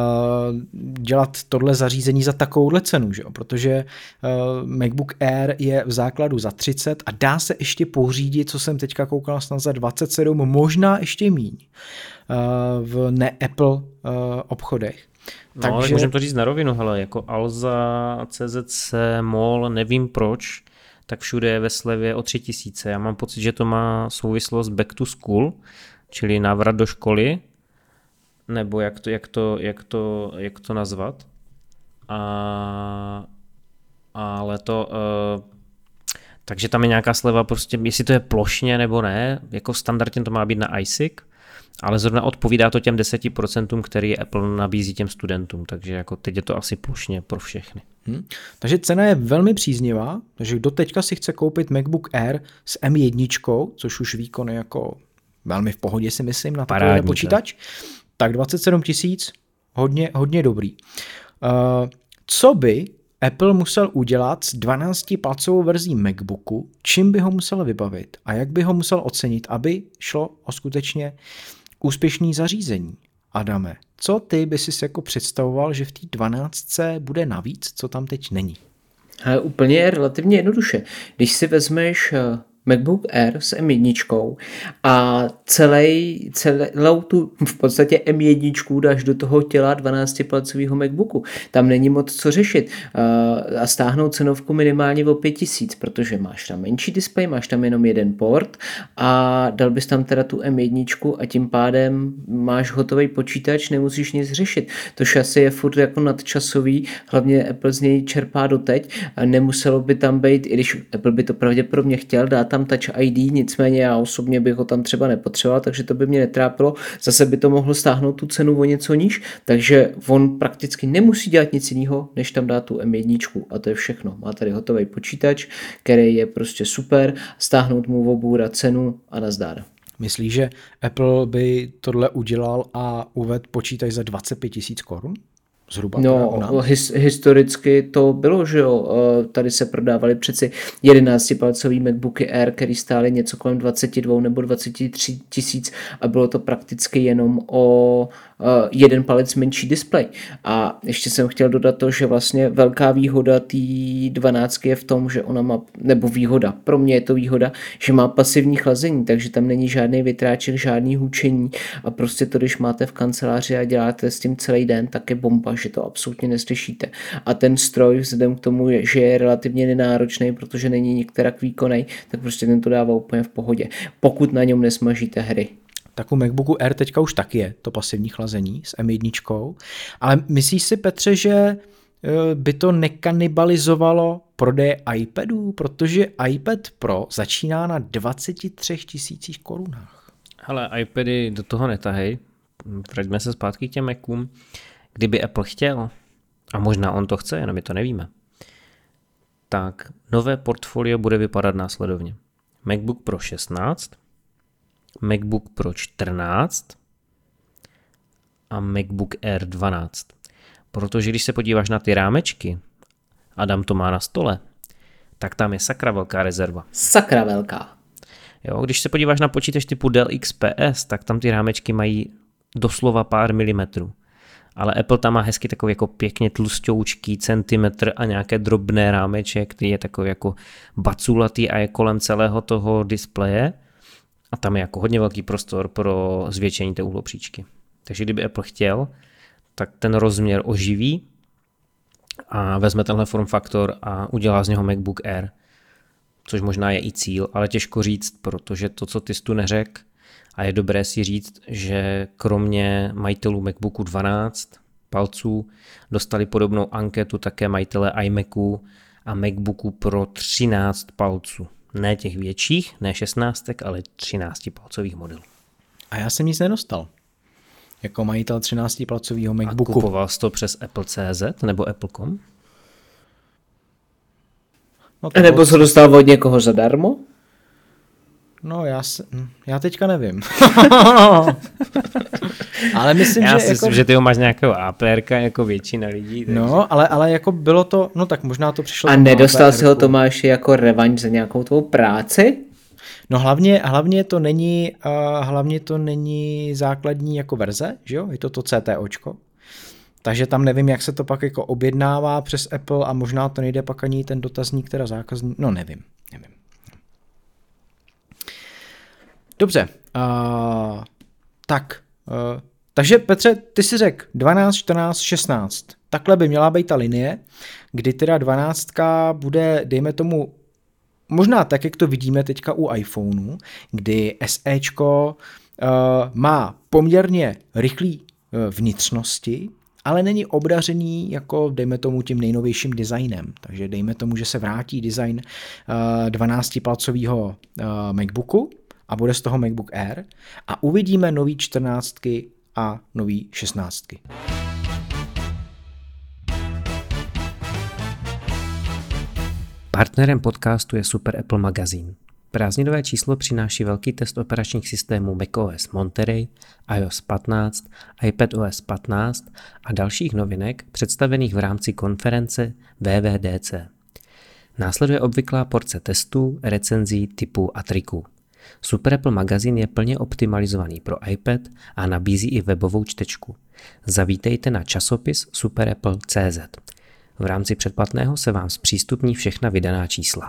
dělat tohle zařízení za takovouhle cenu, že jo? Protože MacBook Air je v základu za 30 a dá se ještě pořídit, co jsem teďka koukal, snad za 27, možná ještě míň v ne-Apple obchodech. No, takže můžeme to říct na rovinu, hele, jako Alza, CZC, MOL, nevím proč, tak všude je ve slevě o 3000. Já mám pocit, že to má souvislost back to school, čili návrat do školy, nebo jak to nazvat. Ale to... takže tam je nějaká sleva, prostě, jestli to je plošně nebo ne, jako standardně to má být na iSick, ale zrovna odpovídá to těm 10%, který Apple nabízí těm studentům, takže jako teď je to asi plošně pro všechny. Takže cena je velmi příznivá, takže kdo teďka si chce koupit MacBook Air s M1, což už výkon je jako velmi v pohodě, si myslím, na takový počítač, tak 27 000, hodně dobrý. Co by Apple musel udělat s 12-palcovou verzí MacBooku, čím by ho musel vybavit a jak by ho musel ocenit, aby šlo o skutečně úspěšný zařízení? Adame, co ty by si jako představoval, že v té 12 bude navíc, co tam teď není? Úplně relativně jednoduše. Když si vezmeš MacBook Air s M1 a celou tu v podstatě M1 dáš do toho těla 12-palcového MacBooku. Tam není moc co řešit a stáhnout cenovku minimálně o 5000, protože máš tam menší displej, máš tam jenom jeden port a dal bys tam teda tu M1 a tím pádem máš hotový počítač, nemusíš nic řešit. To šasy je furt jako nadčasový, hlavně Apple z něj čerpá doteď a nemuselo by tam být, i když Apple by to pravděpodobně chtěl, dát tam Touch ID, nicméně já osobně bych ho tam třeba nepotřeboval, takže to by mě netrápilo. Zase by to mohlo stáhnout tu cenu o něco níž, takže on prakticky nemusí dělat nic jiného, než tam dát tu M1 a to je všechno. Má tady hotový počítač, který je prostě super, stáhnout mu, obůrat cenu a nazdar. Myslíš, že Apple by tohle udělal a uvedl počítač za 25 000 korun? Zhruba no, historicky to bylo, že jo, tady se prodávaly přeci 11-palcový MacBooky Air, který stály něco kolem 22 nebo 23 tisíc a bylo to prakticky jenom o jeden palec menší displej. A ještě jsem chtěl dodat to, že vlastně velká výhoda té 12 je v tom, že ona má, nebo výhoda, pro mě je to výhoda, že má pasivní chlazení, takže tam není žádný větráček, žádný hučení a prostě to, když máte v kanceláři a děláte s tím celý den, tak je bomba, že to absolutně neslyšíte. A ten stroj vzhledem k tomu, že je relativně nenáročný, protože není některak výkonný, tak prostě ten to dává úplně v pohodě. Pokud na něm nesmažíte hry. tak u MacBooku Air teďka už taky je to pasivní chlazení s M1, ale myslíš si, Petře, že by to nekanibalizovalo prodeje iPadů, protože iPad Pro začíná na 23 000 korunách. Ale iPady do toho netahej, vraťme se zpátky k těm Macům. Kdyby Apple chtěl, a možná on to chce, jenom my to nevíme, tak nové portfolio bude vypadat následovně. MacBook Pro 16, MacBook Pro 14 a MacBook Air 12. Protože když se podíváš na ty rámečky, Adam to má na stole, tak tam je sakra velká rezerva. Sakra velká. Jo, když se podíváš na počítač typu Dell XPS, tak tam ty rámečky mají doslova pár milimetrů. Ale Apple tam má hezky takový jako pěkně tlusťoučký centimetr a nějaké drobné rámeček, který je takový jako baculatý a je kolem celého toho displeje. A tam je jako hodně velký prostor pro zvětšení té úhlopříčky. Takže kdyby Apple chtěl, tak ten rozměr oživí a vezme tenhle form faktor a udělá z něho MacBook Air. Což možná je i cíl, ale těžko říct, protože to, co ty jsi tu neřekl, a je dobré si říct, že kromě majitelů MacBooku 12 palců dostali podobnou anketu také majitele iMacu a MacBooku Pro 13 palců. Ne těch větších, ne 16, ale 13 palcových modelů. A já jsem nic nedostal. Jako majitel 13-palcového MacBooku. A kupoval jsi to přes Apple.cz nebo Apple.com? No nebo se dostal od někoho zadarmo? No já teďka nevím. Ale myslím, já že si myslím, jako... že ty ho máš nějakého APRka jako většina lidí. Takže... No, ale jako bylo to, no tak možná to přišlo... A nedostal si ho, Tomáši, jako revanš za nějakou tvou práci? No hlavně to není základní jako verze, že jo? Je to CTOčko. Takže tam nevím, jak se to pak jako objednává přes Apple a možná to nejde pak ani ten dotazník, teda zákazník, no nevím. Dobře, takže Petře, ty si řekl 12, 14, 16. Takhle by měla být ta linie, kdy teda 12 bude, dejme tomu, možná tak, jak to vidíme teďka u iPhoneu, kdy SEčko má poměrně rychlý vnitřnosti, ale není obdařený jako, dejme tomu, tím nejnovějším designem. Takže dejme tomu, že se vrátí design 12-palcového MacBooku a bude z toho MacBook Air a uvidíme nový 14 a nový 16. Partnerem podcastu je Super Apple Magazine. Prázdninové číslo přináší velký test operačních systémů macOS Monterey, iOS 15, iPadOS 15 a dalších novinek představených v rámci konference WWDC. Následuje obvyklá porce testů, recenzí, tipů a triků. Super Apple Magazine je plně optimalizovaný pro iPad a nabízí i webovou čtečku. Zavítejte na časopis superapple.cz. V rámci předplatného se vám zpřístupní všechna vydaná čísla.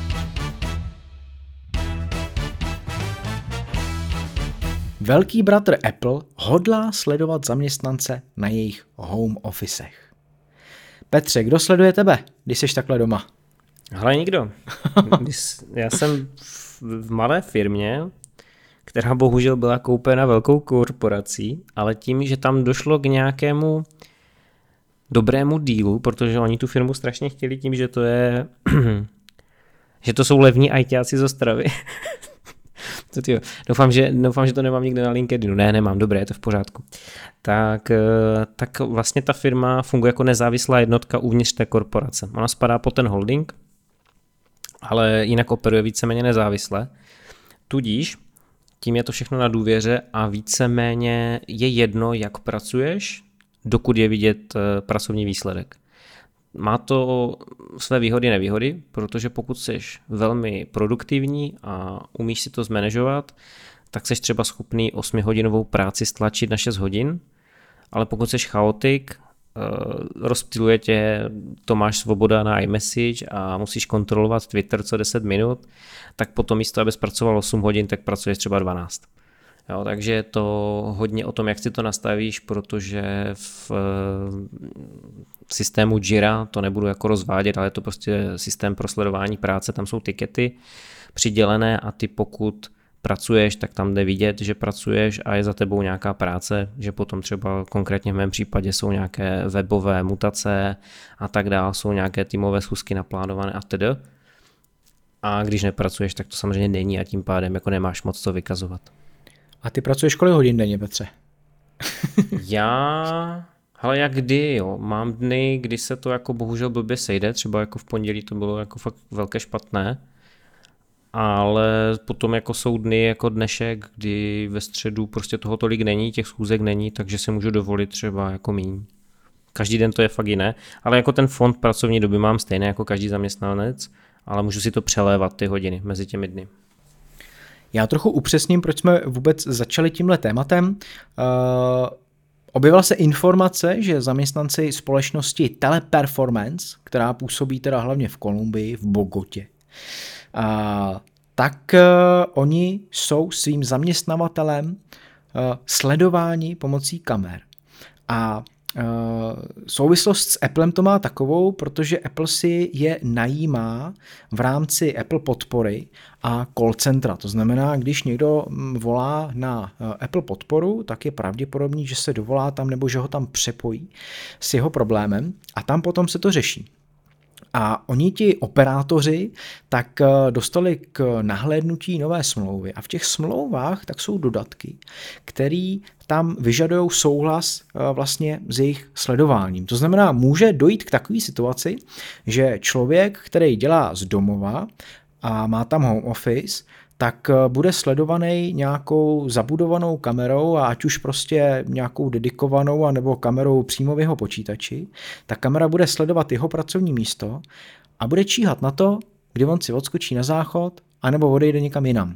Velký bratr Apple hodlá sledovat zaměstnance na jejich home officech. Petře, kdo sleduje tebe, když jsi takhle doma? Ale nikdo. Já jsem v malé firmě, která bohužel byla koupena velkou korporací, ale tím, že tam došlo k nějakému dobrému dílu, protože oni tu firmu strašně chtěli tím, že to je, že to jsou levní ajťáci z Ostravy. Doufám, že to nemám nikde na LinkedInu. Ne, nemám, dobré, je to v pořádku. Tak vlastně ta firma funguje jako nezávislá jednotka uvnitř té korporace. Ona spadá pod ten holding, ale jinak operuje víceméně nezávisle. Tudíž tím je to všechno na důvěře a víceméně je jedno, jak pracuješ, dokud je vidět pracovní výsledek. Má to své výhody a nevýhody, protože pokud jsi velmi produktivní a umíš si to zmanažovat, tak jsi třeba schopný 8hodinovou práci stlačit na 6 hodin, ale pokud jsi chaotik, rozptyluje tě Tomáš Svoboda na iMessage a musíš kontrolovat Twitter co 10 minut, tak potom místo, aby pracoval 8 hodin, tak pracuješ třeba 12. Jo, takže je to hodně o tom, jak si to nastavíš, protože v systému Jira, to nebudu jako rozvádět, ale je to prostě systém pro sledování práce, tam jsou tikety přidělené a ty pokud pracuješ, tak tam jde vidět, že pracuješ a je za tebou nějaká práce, že potom třeba konkrétně v mém případě jsou nějaké webové mutace a tak dále, jsou nějaké týmové schůzky naplánované a tedy. A když nepracuješ, tak to samozřejmě není a tím pádem jako nemáš moc co vykazovat. A ty pracuješ kolik hodin denně, Petře? Ale jak kdy, jo. Mám dny, kdy se to jako bohužel blbě sejde, třeba jako v pondělí to bylo jako fakt velké špatné, ale potom jako jsou dny jako dnešek, kdy ve středu prostě toho tolik není, těch schůzek není, takže si můžu dovolit třeba jako míň. Každý den to je fakt jiné, ale jako ten fond pracovní doby mám stejný jako každý zaměstnanec, ale můžu si to přelévat ty hodiny mezi těmi dny. Já trochu upřesním, proč jsme vůbec začali tímhle tématem. Objevila se informace, že zaměstnanci společnosti Teleperformance, která působí teda hlavně v Kolumbii, v Bogotě, tak oni jsou svým zaměstnavatelem sledováni pomocí kamer. A souvislost s Applem to má takovou, protože Apple si je najímá v rámci Apple podpory a call centra. To znamená, když někdo volá na Apple podporu, tak je pravděpodobný, že se dovolá tam nebo že ho tam přepojí s jeho problémem a tam potom se to řeší. A oni ti operátoři tak dostali k nahlédnutí nové smlouvy a v těch smlouvách tak jsou dodatky, které tam vyžadují souhlas vlastně s jejich sledováním. To znamená, může dojít k takové situaci, že člověk, který dělá z domova a má tam home office, tak bude sledovaný nějakou zabudovanou kamerou a ať už prostě nějakou dedikovanou anebo kamerou přímo v jeho počítači, ta kamera bude sledovat jeho pracovní místo a bude číhat na to, kdy on si odskočí na záchod anebo odejde někam jinam.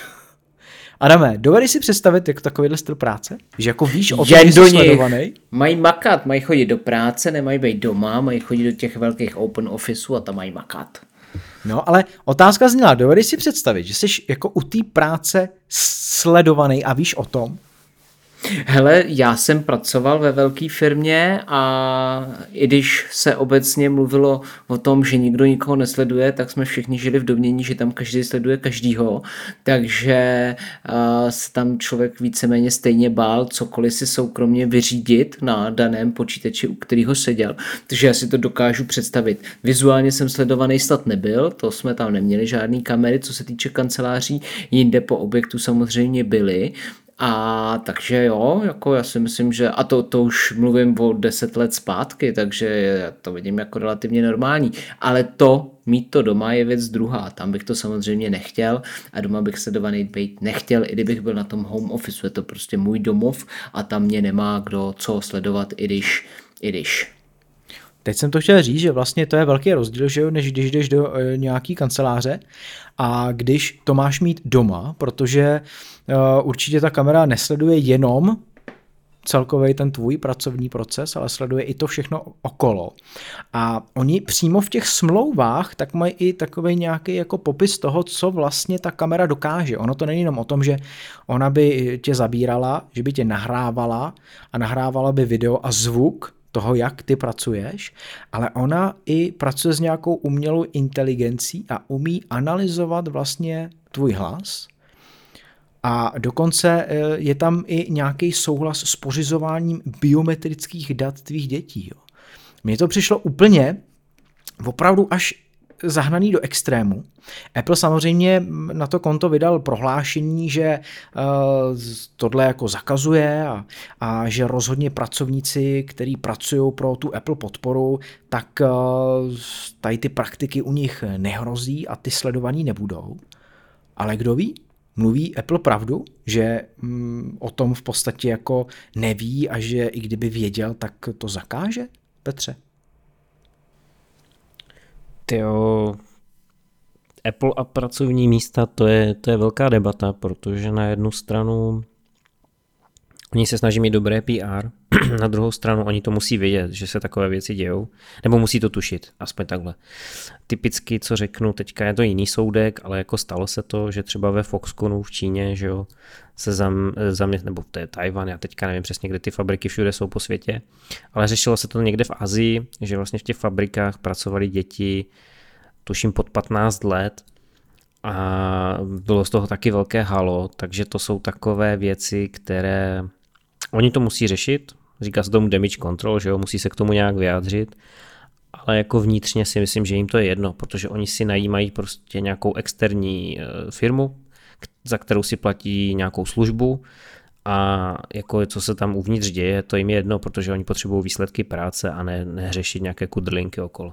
Adame, dovedeš si představit jako takovýhle styl práce? Že jako víš o tom, že jsi sledovaný? Mají makat, mají chodit do práce, nemají být doma, mají chodit do těch velkých open officeů a tam mají makat. No, ale otázka zněla, dovedeš si představit, že jsi jako u té práce sledovaný a víš o tom? Hele, já jsem pracoval ve velké firmě a i když se obecně mluvilo o tom, že nikdo nikoho nesleduje, tak jsme všichni žili v domnění, že tam každý sleduje každýho, takže se tam člověk víceméně stejně bál cokoliv si soukromně vyřídit na daném počítači, u kterého seděl. Takže já si to dokážu představit. Vizuálně jsem sledovaný snad nebyl, to jsme tam neměli žádný kamery, co se týče kanceláří, jinde po objektu samozřejmě byly. A takže jo, jako já si myslím, že a to už mluvím o 10 let zpátky, takže já to vidím jako relativně normální, ale mít to doma je věc druhá, tam bych to samozřejmě nechtěl a doma bych sledovaný být nechtěl, i kdybych byl na tom home office, je to prostě můj domov a tam mě nemá kdo co sledovat, i když. Teď jsem to chtěl říct, že vlastně to je velký rozdíl, že jo, než když jdeš do nějaký kanceláře a když to máš mít doma, protože určitě ta kamera nesleduje jenom celkový ten tvůj pracovní proces, ale sleduje i to všechno okolo. A oni přímo v těch smlouvách tak mají i takový nějaký jako popis toho, co vlastně ta kamera dokáže. Ono to není jenom o tom, že ona by tě zabírala, že by tě nahrávala a nahrávala by video a zvuk toho, jak ty pracuješ, ale ona i pracuje s nějakou umělou inteligencí a umí analyzovat vlastně tvůj hlas a dokonce je tam i nějaký souhlas s pořizováním biometrických dat tvých dětí. Jo. Mně to přišlo úplně opravdu až zahnaný do extrému. Apple samozřejmě na to konto vydal prohlášení, že tohle jako zakazuje a že rozhodně pracovníci, kteří pracují pro tu Apple podporu, tak tady ty praktiky u nich nehrozí a ty sledovaní nebudou. Ale kdo ví? Mluví Apple pravdu, že o tom v podstatě jako neví a že i kdyby věděl, tak to zakáže, Petře? Tyjo, Apple a pracovní místa, to je velká debata, protože na jednu stranu oni se snaží mít dobré PR, na druhou stranu oni to musí vědět, že se takové věci dějou, nebo musí to tušit, aspoň takhle. Typicky, co řeknu, teďka je to jiný soudek, ale jako stalo se to, že třeba ve Foxconnu v Číně, že jo, nebo to je Tajvan, já teďka nevím přesně, kde ty fabriky všude jsou po světě, ale řešilo se to někde v Asii, že vlastně v těch fabrikách pracovali děti, tuším pod 15 let a bylo z toho taky velké halo, takže to jsou takové věci, které oni to musí řešit, říká se tomu damage control, že jo, musí se k tomu nějak vyjádřit, ale jako vnitřně si myslím, že jim to je jedno, protože oni si najímají prostě nějakou externí firmu, za kterou si platí nějakou službu a jako co se tam uvnitř děje, to jim je jedno, protože oni potřebují výsledky práce a ne řešit nějaké kudrlinky okolo.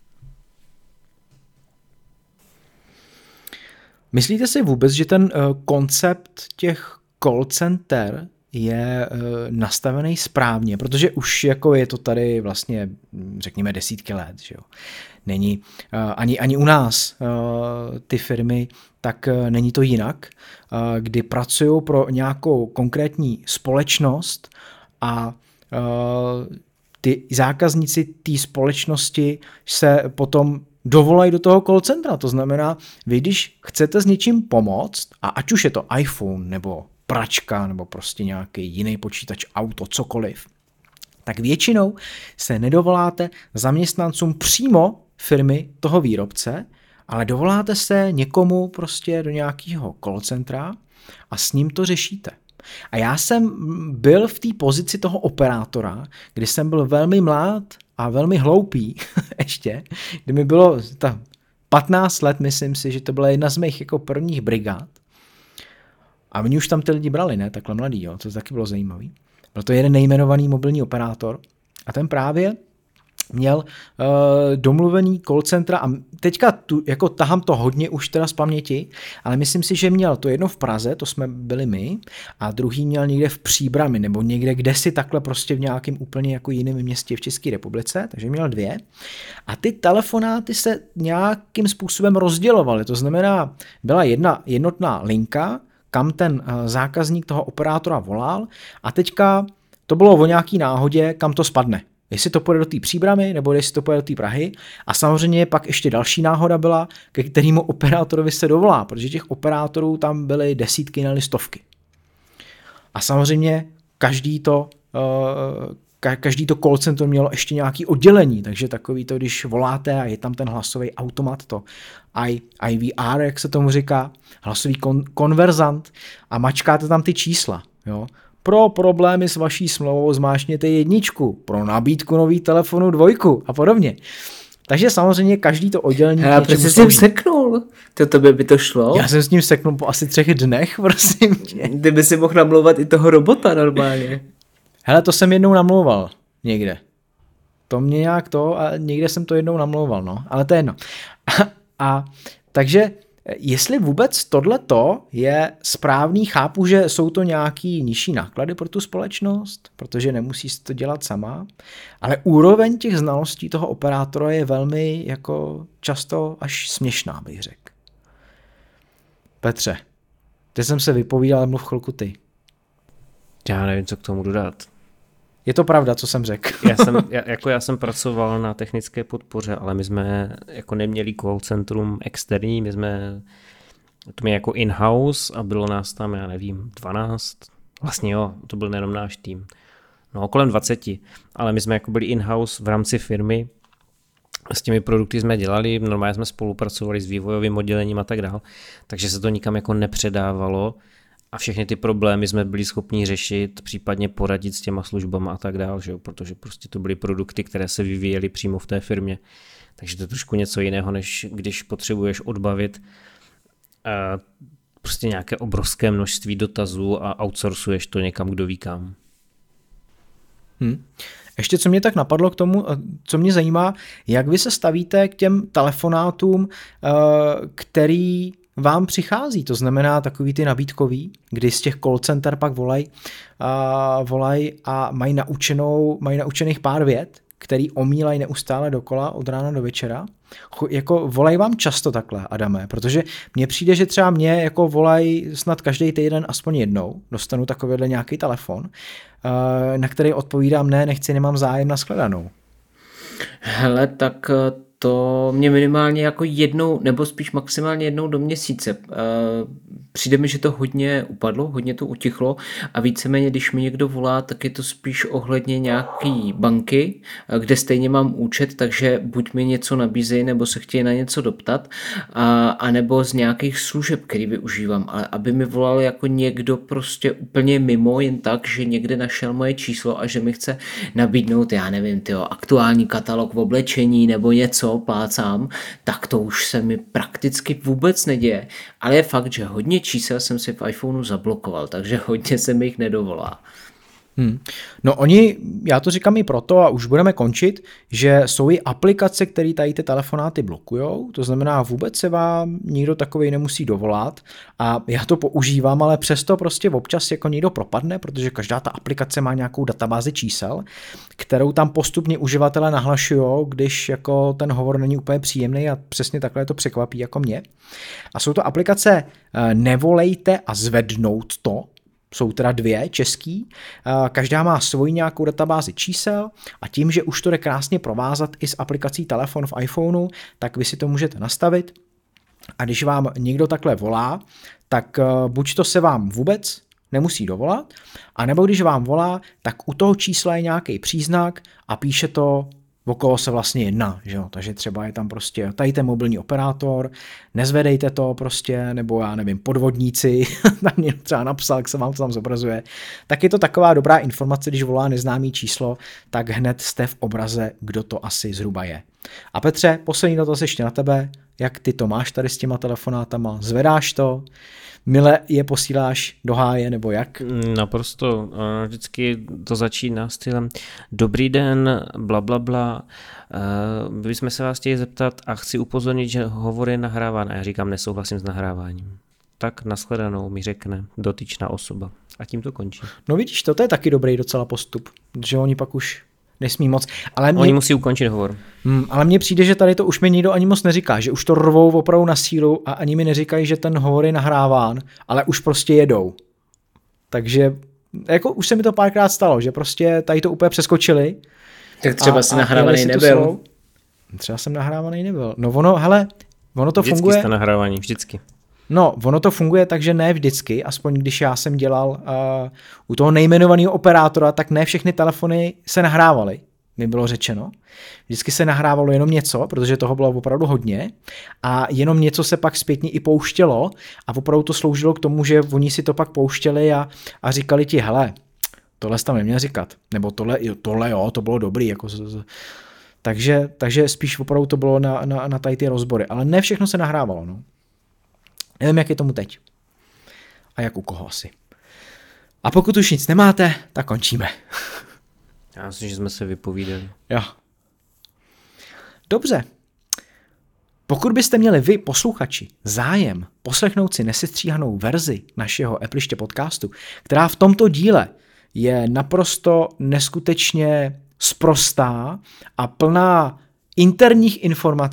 Myslíte si vůbec, že ten koncept těch call center je nastavený správně, protože už jako je to tady vlastně, řekněme, desítky let, že jo. Není ani u nás ty firmy, tak není to jinak, kdy pracují pro nějakou konkrétní společnost a ty zákazníci té společnosti se potom dovolají do toho call centra. To znamená, vy když chcete s něčím pomoct, a ať už je to iPhone nebo pračka nebo prostě nějaký jiný počítač, auto, cokoliv, tak většinou se nedovoláte zaměstnancům přímo firmy toho výrobce, ale dovoláte se někomu prostě do nějakého call centra a s ním to řešíte. A já jsem byl v té pozici toho operátora, kdy jsem byl velmi mlád a velmi hloupý ještě, kdy mi bylo 15 let, myslím si, že to byla jedna z mých jako prvních brigád. A oni už tam ty lidi brali, ne? Takhle mladý, jo? To taky bylo zajímavý. Byl to jeden nejmenovaný mobilní operátor a ten právě měl domluvený call centra a teďka jako tahám to hodně už teda z paměti, ale myslím si, že měl to jedno v Praze, to jsme byli my, a druhý měl někde v Příbrami nebo někde kdesi takhle prostě v nějakém úplně jako jiném městě v České republice, takže měl 2. A ty telefonáty se nějakým způsobem rozdělovaly, to znamená, byla jedna jednotná linka, kam ten zákazník toho operátora volal a teďka to bylo o nějaký náhodě, kam to spadne. Jestli to půjde do té Příbramy, nebo jestli to půjde do té Prahy. A samozřejmě pak ještě další náhoda byla, ke kterému operátorovi se dovolá, protože těch operátorů tam byly desítky, ne stovky. A samozřejmě každý to call center mělo ještě nějaké oddělení, takže takový to, když voláte a je tam ten hlasový automat, to IVR, jak se tomu říká, hlasový konverzant a mačkáte tam ty čísla, jo. Pro problémy s vaší smlouvou zmáčkněte 1, pro nabídku nových telefonů 2 a podobně. Takže samozřejmě každý to oddělení... Já přece jsem seknul. Tobě by to šlo? Já jsem s ním seknul po asi 3 dnech, prosím tě. Kdyby si mohl namlouvat i toho robota normálně. Hele, to jsem jednou namlouval někde. To mě nějak a někde jsem to jednou namlouval, no. Ale to je jedno. Takže jestli vůbec tohleto je správný, chápu, že jsou to nějaký nižší náklady pro tu společnost, protože nemusí si to dělat sama, ale úroveň těch znalostí toho operátora je velmi jako často až směšná, bych řekl. Petře, teď jsem se vypovídal, mluv chvilku ty. Já nevím, co k tomu dodat. Je to pravda, co jsem řekl. Já jsem pracoval na technické podpoře, ale my jsme jako neměli call centrum externí, to měli jako in-house a bylo nás tam, já nevím, 12. Vlastně jo, to byl nejenom náš tým. No, kolem 20, ale my jsme jako byli in-house v rámci firmy. S těmi produkty jsme dělali, normálně jsme spolupracovali s vývojovým oddělením a tak dál, takže se to nikam jako nepředávalo. A všechny ty problémy jsme byli schopni řešit, případně poradit s těma službama a tak dál, že jo? Protože prostě to byly produkty, které se vyvíjely přímo v té firmě. Takže to je trošku něco jiného, než když potřebuješ odbavit prostě nějaké obrovské množství dotazů a outsourcuješ to někam, kdo ví kam. Ještě co mě tak napadlo k tomu, co mě zajímá, jak vy se stavíte k těm telefonátům, který vám přichází, to znamená takový ty nabídkový, kdy z těch call center pak volají a mají naučených pár vět, který omílají neustále dokola od rána do večera. Jako volají vám často takhle, Adame, protože mně přijde, že třeba mě jako volají snad každý týden aspoň jednou, dostanu takovýhle nějaký telefon, na který odpovídám nechci, nemám zájem na shledanou. Hele, tak to mě minimálně jako jednou, nebo spíš maximálně jednou do měsíce. Přijde mi, že to hodně upadlo, hodně to utichlo a víceméně, když mi někdo volá, tak je to spíš ohledně nějaký banky, kde stejně mám účet, takže buď mi něco nabízejí, nebo se chtějí na něco doptat, a nebo z nějakých služeb, který využívám. Ale aby mi volal jako někdo prostě úplně mimo, jen tak, že někde našel moje číslo a že mi chce nabídnout, já nevím, aktuální katalog v oblečení nebo něco, plácám, tak to už se mi prakticky vůbec neděje. Ale je fakt, že hodně čísel jsem si v iPhoneu zablokoval, takže hodně se mi jich nedovolá. No já to říkám i proto a už budeme končit, že jsou i aplikace, které tady ty telefonáty blokujou, to znamená vůbec se vám nikdo takovej nemusí dovolat a já to používám, ale přesto prostě občas jako někdo propadne, protože každá ta aplikace má nějakou databázi čísel, kterou tam postupně uživatelé nahlašujou, když jako ten hovor není úplně příjemný a přesně takhle to překvapí jako mě. A jsou to aplikace Nevolejte a Zvednout to, jsou teda 2 český, každá má svoji nějakou databázi čísel a tím, že už to jde krásně provázat i s aplikací telefon v iPhoneu, tak vy si to můžete nastavit a když vám někdo takhle volá, tak buď to se vám vůbec nemusí dovolat, anebo když vám volá, tak u toho čísla je nějaký příznak a píše to, o koho se vlastně jedná, že jo? Takže třeba je tam prostě tady ten mobilní operátor, nezvedejte to prostě, nebo já nevím, podvodníci, tam mě třeba napsal, jak se vám to tam zobrazuje, tak je to taková dobrá informace, když volá neznámý číslo, tak hned jste v obraze, kdo to asi zhruba je. A Petře, poslední dotaz ještě na tebe, jak ty to máš tady s těma telefonátama, zvedáš to, mile je posíláš do háje, nebo jak? Naprosto. Vždycky to začíná stylem dobrý den, bla, bla, bla. Bychom se vás chtěli zeptat a chci upozornit, že hovor je nahráván. A já říkám, nesouhlasím s nahráváním. Tak nashledanou mi řekne dotyčná osoba. A tím to končí. No vidíš, to je taky dobrý docela postup, že oni pak už nesmí moc. Ale oni musí ukončit hovor. Ale mně přijde, že tady to už mi nikdo ani moc neříká, že už to rvou opravdu na sílu a ani mi neříkají, že ten hovor je nahráván, ale už prostě jedou. Takže jako už se mi to párkrát stalo, že prostě tady to úplně přeskočili. Tak třeba jsi nahrávaný nebyl. Třeba jsem nahrávaný nebyl. No ono to vždycky funguje. Vždycky jste nahrávaný, vždycky. No, ono to funguje tak, že ne vždycky, aspoň když já jsem dělal u toho nejmenovaného operátora, tak ne všechny telefony se nahrávaly, mi bylo řečeno. Vždycky se nahrávalo jenom něco, protože toho bylo opravdu hodně a jenom něco se pak zpětně i pouštělo a opravdu to sloužilo k tomu, že oni si to pak pouštěli a říkali ti, hele, tohle jsi tam neměl říkat, nebo tohle jo, to bylo dobrý, jako takže spíš opravdu to bylo na tady ty rozbory, ale ne všechno se nahrávalo, no. Nevím, jak je tomu teď. A jak u koho asi. A pokud už nic nemáte, tak končíme. Já myslím, že jsme se vypovídali. Jo. Dobře. Pokud byste měli vy, posluchači, zájem poslechnout si nesestříhanou verzi našeho Appliště podcastu, která v tomto díle je naprosto neskutečně sprostá a plná interních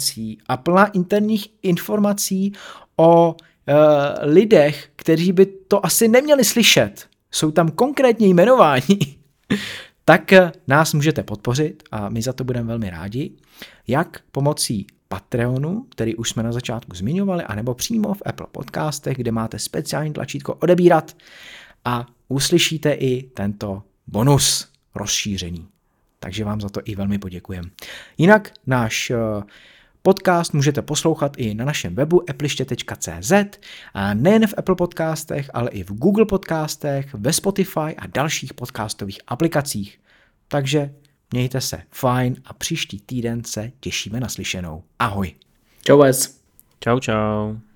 informací o lidech, kteří by to asi neměli slyšet, jsou tam konkrétně jmenováni, tak nás můžete podpořit a my za to budeme velmi rádi, jak pomocí Patreonu, který už jsme na začátku zmiňovali, anebo přímo v Apple Podcastech, kde máte speciální tlačítko odebírat a uslyšíte i tento bonus rozšířený. Takže vám za to i velmi poděkujeme. Jinak náš podcast můžete poslouchat i na našem webu appliště.cz, a nejen v Apple Podcastech, ale i v Google Podcastech, ve Spotify a dalších podcastových aplikacích. Takže mějte se fajn a příští týden se těšíme na slyšenou. Ahoj. Čau vás. Čau, čau.